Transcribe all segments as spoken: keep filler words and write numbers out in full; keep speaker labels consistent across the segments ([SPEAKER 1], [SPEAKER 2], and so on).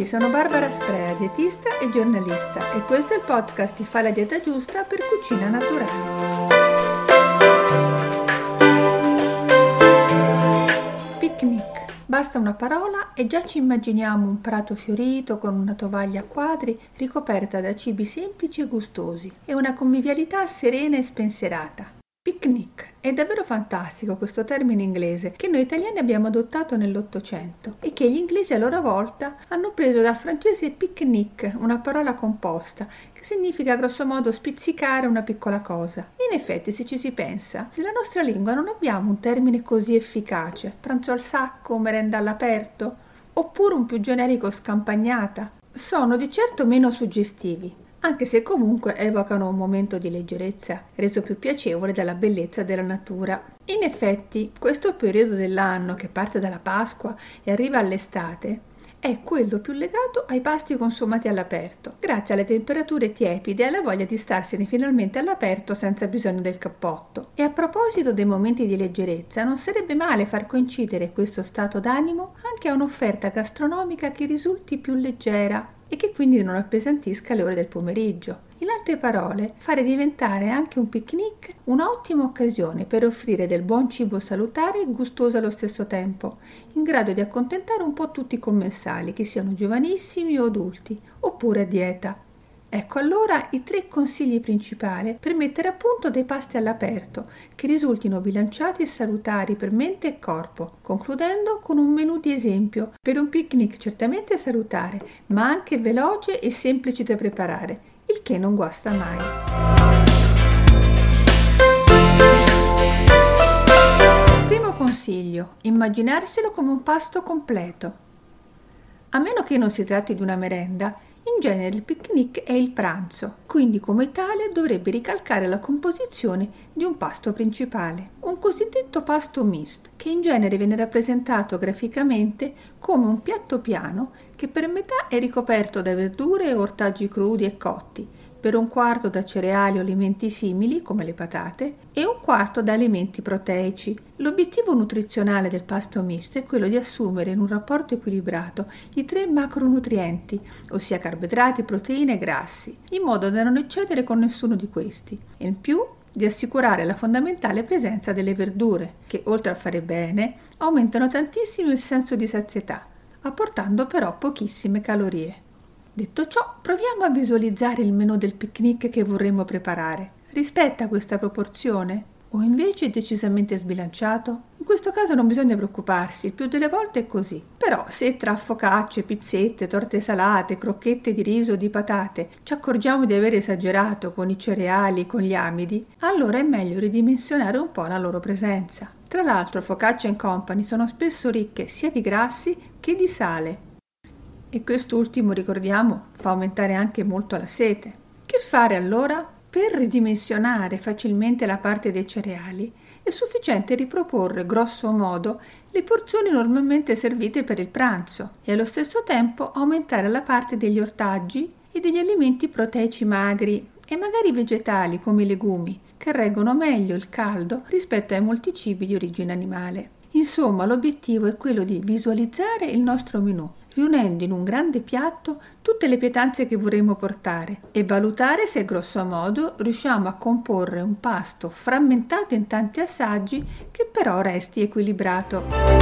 [SPEAKER 1] sono Barbara Sprea, dietista e giornalista e questo è il podcast Ti fa la dieta giusta per cucina naturale. Picnic. Basta una parola e già ci immaginiamo un prato fiorito con una tovaglia a quadri ricoperta da cibi semplici e gustosi e una convivialità serena e spensierata. Picnic. È davvero fantastico questo termine inglese che noi italiani abbiamo adottato nell'Ottocento e che gli inglesi a loro volta hanno preso dal francese picnic, una parola composta che significa grossomodo spizzicare una piccola cosa. In effetti, se ci si pensa, nella nostra lingua non abbiamo un termine così efficace, pranzo al sacco, merenda all'aperto, oppure un più generico scampagnata. Sono di certo meno suggestivi, anche se comunque evocano un momento di leggerezza reso più piacevole dalla bellezza della natura. In effetti, questo periodo dell'anno che parte dalla Pasqua e arriva all'estate è quello più legato ai pasti consumati all'aperto, grazie alle temperature tiepide e alla voglia di starsene finalmente all'aperto senza bisogno del cappotto. E a proposito dei momenti di leggerezza, non sarebbe male far coincidere questo stato d'animo anche a un'offerta gastronomica che risulti più leggera e che quindi non appesantisca le ore del pomeriggio. In altre parole, fare diventare anche un picnic un'ottima occasione per offrire del buon cibo salutare e gustoso allo stesso tempo, in grado di accontentare un po' tutti i commensali, che siano giovanissimi o adulti, oppure a dieta. Ecco allora i tre consigli principali per mettere a punto dei pasti all'aperto che risultino bilanciati e salutari per mente e corpo, concludendo con un menù di esempio per un picnic certamente salutare, ma anche veloce e semplice da preparare, il che non guasta mai. Primo consiglio: immaginarselo come un pasto completo. A meno che non si tratti di una merenda, in genere il picnic è il pranzo, quindi come tale dovrebbe ricalcare la composizione di un pasto principale, un cosiddetto pasto misto, che in genere viene rappresentato graficamente come un piatto piano che per metà è ricoperto da verdure e ortaggi crudi e cotti, per un quarto da cereali o alimenti simili come le patate e un quarto da alimenti proteici. L'obiettivo nutrizionale del pasto misto è quello di assumere in un rapporto equilibrato i tre macronutrienti, ossia carboidrati, proteine e grassi, in modo da non eccedere con nessuno di questi, e in più di assicurare la fondamentale presenza delle verdure, che oltre a fare bene aumentano tantissimo il senso di sazietà, apportando però pochissime calorie. Detto ciò, proviamo a visualizzare il menù del picnic che vorremmo preparare. Rispetta questa proporzione? O invece è decisamente sbilanciato? In questo caso non bisogna preoccuparsi, il più delle volte è così. Però se tra focacce, pizzette, torte salate, crocchette di riso o di patate ci accorgiamo di aver esagerato con i cereali, con gli amidi, allora è meglio ridimensionare un po' la loro presenza. Tra l'altro focaccia and company sono spesso ricche sia di grassi che di sale. E quest'ultimo, ricordiamo, fa aumentare anche molto la sete. Che fare allora? Per ridimensionare facilmente la parte dei cereali è sufficiente riproporre grosso modo le porzioni normalmente servite per il pranzo e allo stesso tempo aumentare la parte degli ortaggi e degli alimenti proteici magri e magari vegetali come i legumi, che reggono meglio il caldo rispetto ai molti cibi di origine animale. Insomma, l'obiettivo è quello di visualizzare il nostro menù, riunendo in un grande piatto tutte le pietanze che vorremmo portare e valutare se grosso modo riusciamo a comporre un pasto frammentato in tanti assaggi che però resti equilibrato.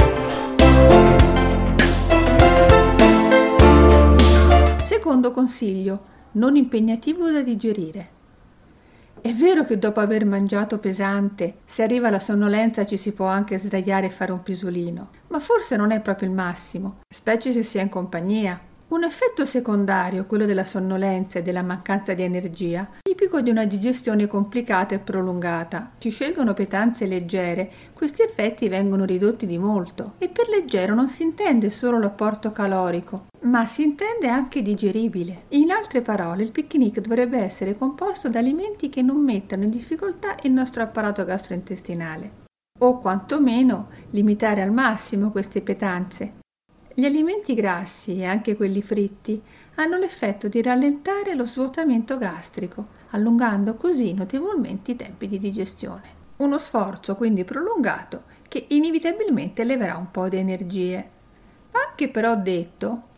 [SPEAKER 1] Secondo consiglio: non impegnativo da digerire. È vero che dopo aver mangiato pesante, se arriva la sonnolenza ci si può anche sdraiare e fare un pisolino, ma forse non è proprio il massimo, specie se si è in compagnia. Un effetto secondario, quello della sonnolenza e della mancanza di energia, tipico di una digestione complicata e prolungata. Si scelgono pietanze leggere, questi effetti vengono ridotti di molto. E per leggero non si intende solo l'apporto calorico, ma si intende anche digeribile. In altre parole, il picnic dovrebbe essere composto da alimenti che non mettano in difficoltà il nostro apparato gastrointestinale, o quantomeno limitare al massimo queste pietanze. Gli alimenti grassi, e anche quelli fritti, hanno l'effetto di rallentare lo svuotamento gastrico, allungando così notevolmente i tempi di digestione. Uno sforzo quindi prolungato che inevitabilmente leverà un po' di energie. Va anche però detto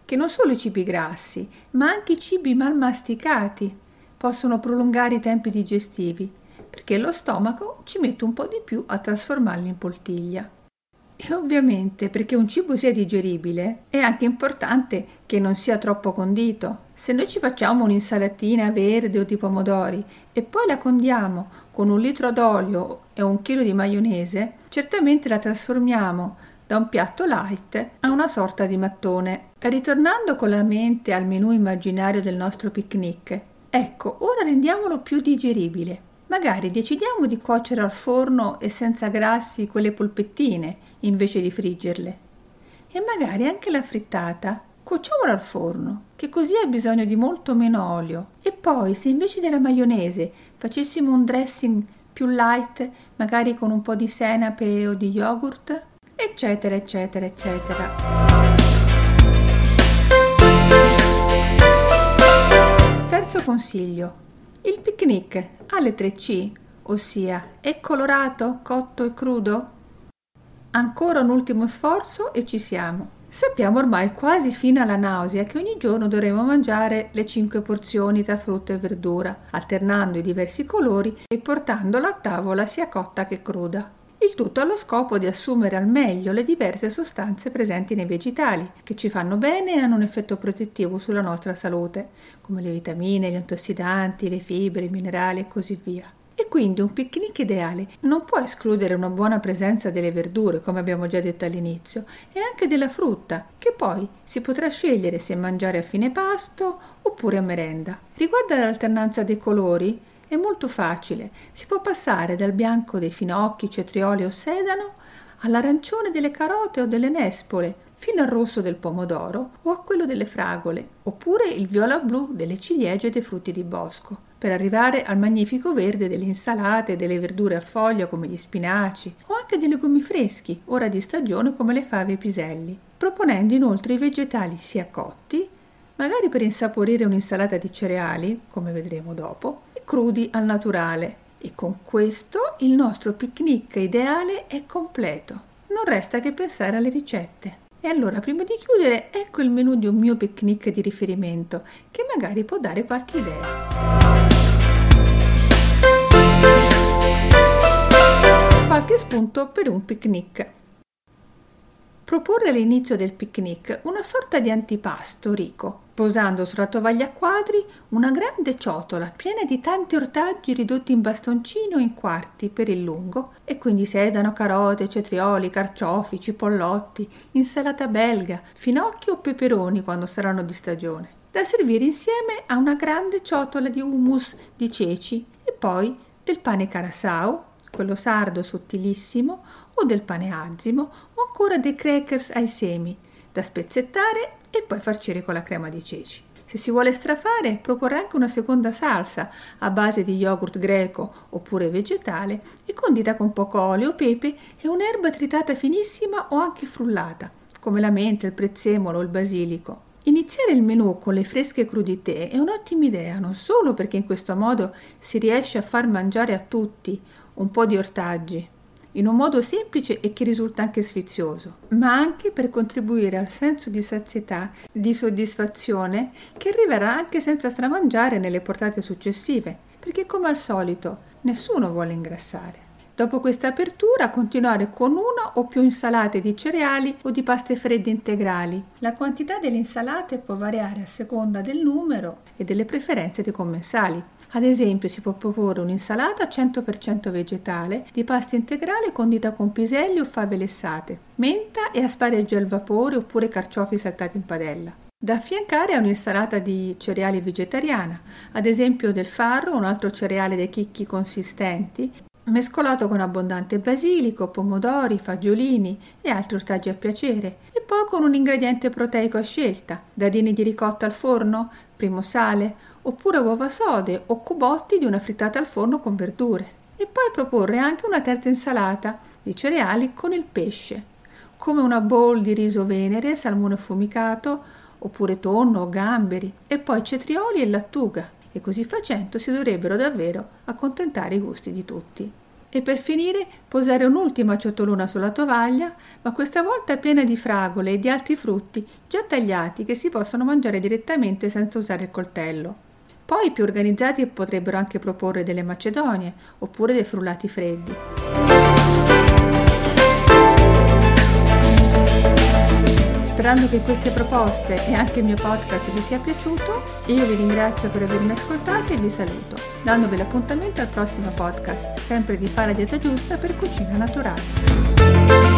[SPEAKER 1] che non solo i cibi grassi, ma anche i cibi mal masticati possono prolungare i tempi digestivi, perché lo stomaco ci mette un po' di più a trasformarli in poltiglia. E ovviamente, perché un cibo sia digeribile, è anche importante che non sia troppo condito. Se noi ci facciamo un'insalatina verde o di pomodori e poi la condiamo con un litro d'olio e un chilo di maionese, certamente la trasformiamo da un piatto light a una sorta di mattone. Ritornando con la mente al menù immaginario del nostro picnic, ecco, ora rendiamolo più digeribile. Magari decidiamo di cuocere al forno e senza grassi quelle polpettine invece di friggerle. E magari anche la frittata cuociamola al forno, che così ha bisogno di molto meno olio. E poi, se invece della maionese facessimo un dressing più light, magari con un po' di senape o di yogurt, eccetera, eccetera, eccetera. Terzo consiglio. Il picnic ha le tre C, ossia è colorato, cotto e crudo? Ancora un ultimo sforzo e ci siamo. Sappiamo ormai quasi fino alla nausea che ogni giorno dovremo mangiare le cinque porzioni tra frutta e verdura, alternando i diversi colori e portandola a tavola sia cotta che cruda. Il tutto allo scopo di assumere al meglio le diverse sostanze presenti nei vegetali, che ci fanno bene e hanno un effetto protettivo sulla nostra salute, come le vitamine, gli antiossidanti, le fibre, i minerali e così via. E quindi un picnic ideale non può escludere una buona presenza delle verdure, come abbiamo già detto all'inizio, e anche della frutta, che poi si potrà scegliere se mangiare a fine pasto oppure a merenda. Riguardo all'alternanza dei colori, è molto facile, si può passare dal bianco dei finocchi, cetrioli o sedano all'arancione delle carote o delle nespole, fino al rosso del pomodoro o a quello delle fragole, oppure il viola-blu delle ciliegie e dei frutti di bosco, per arrivare al magnifico verde delle insalate e delle verdure a foglia come gli spinaci, o anche dei legumi freschi, ora di stagione come le fave e i piselli, proponendo inoltre i vegetali sia cotti, magari per insaporire un'insalata di cereali, come vedremo dopo, crudi al naturale. E con questo il nostro picnic ideale è completo. Non resta che pensare alle ricette. E allora, prima di chiudere, ecco il menù di un mio picnic di riferimento, che magari può dare qualche idea. Qualche spunto per un picnic. Proporre all'inizio del picnic una sorta di antipasto ricco, posando sulla tovaglia a quadri una grande ciotola piena di tanti ortaggi ridotti in bastoncini o in quarti per il lungo, e quindi sedano, carote, cetrioli, carciofi, cipollotti, insalata belga, finocchi o peperoni quando saranno di stagione, da servire insieme a una grande ciotola di hummus di ceci e poi del pane carasau, quello sardo sottilissimo, o del pane azimo, o ancora dei crackers ai semi, da spezzettare e poi farcire con la crema di ceci. Se si vuole strafare, proporrei anche una seconda salsa a base di yogurt greco oppure vegetale e condita con poco olio, pepe e un'erba tritata finissima o anche frullata, come la menta, il prezzemolo o il basilico. Iniziare il menù con le fresche crudité è un'ottima idea, non solo perché in questo modo si riesce a far mangiare a tutti un po' di ortaggi, in un modo semplice e che risulta anche sfizioso, ma anche per contribuire al senso di sazietà, di soddisfazione che arriverà anche senza stramangiare nelle portate successive, perché come al solito nessuno vuole ingrassare. Dopo questa apertura, continuare con una o più insalate di cereali o di paste fredde integrali. La quantità delle insalate può variare a seconda del numero e delle preferenze dei commensali. Ad esempio, si può proporre un'insalata cento per cento vegetale di pasta integrale condita con piselli o fave lessate, menta e asparagi al vapore oppure carciofi saltati in padella, da affiancare a un'insalata di cereali vegetariana, ad esempio del farro, un altro cereale dai chicchi consistenti, mescolato con abbondante basilico, pomodori, fagiolini e altri ortaggi a piacere, e poi con un ingrediente proteico a scelta, dadini di ricotta al forno, primo sale, oppure uova sode o cubotti di una frittata al forno con verdure. E poi proporre anche una terza insalata di cereali con il pesce, come una bowl di riso venere, salmone affumicato, oppure tonno o gamberi, e poi cetrioli e lattuga, e così facendo si dovrebbero davvero accontentare i gusti di tutti. E per finire posare un'ultima ciotolona sulla tovaglia, ma questa volta piena di fragole e di altri frutti già tagliati che si possono mangiare direttamente senza usare il coltello. Poi i più organizzati potrebbero anche proporre delle macedonie oppure dei frullati freddi. Sperando che queste proposte e anche il mio podcast vi sia piaciuto, io vi ringrazio per avermi ascoltato e vi saluto, dandovi l'appuntamento al prossimo podcast, sempre di Fa la dieta giusta per cucina naturale.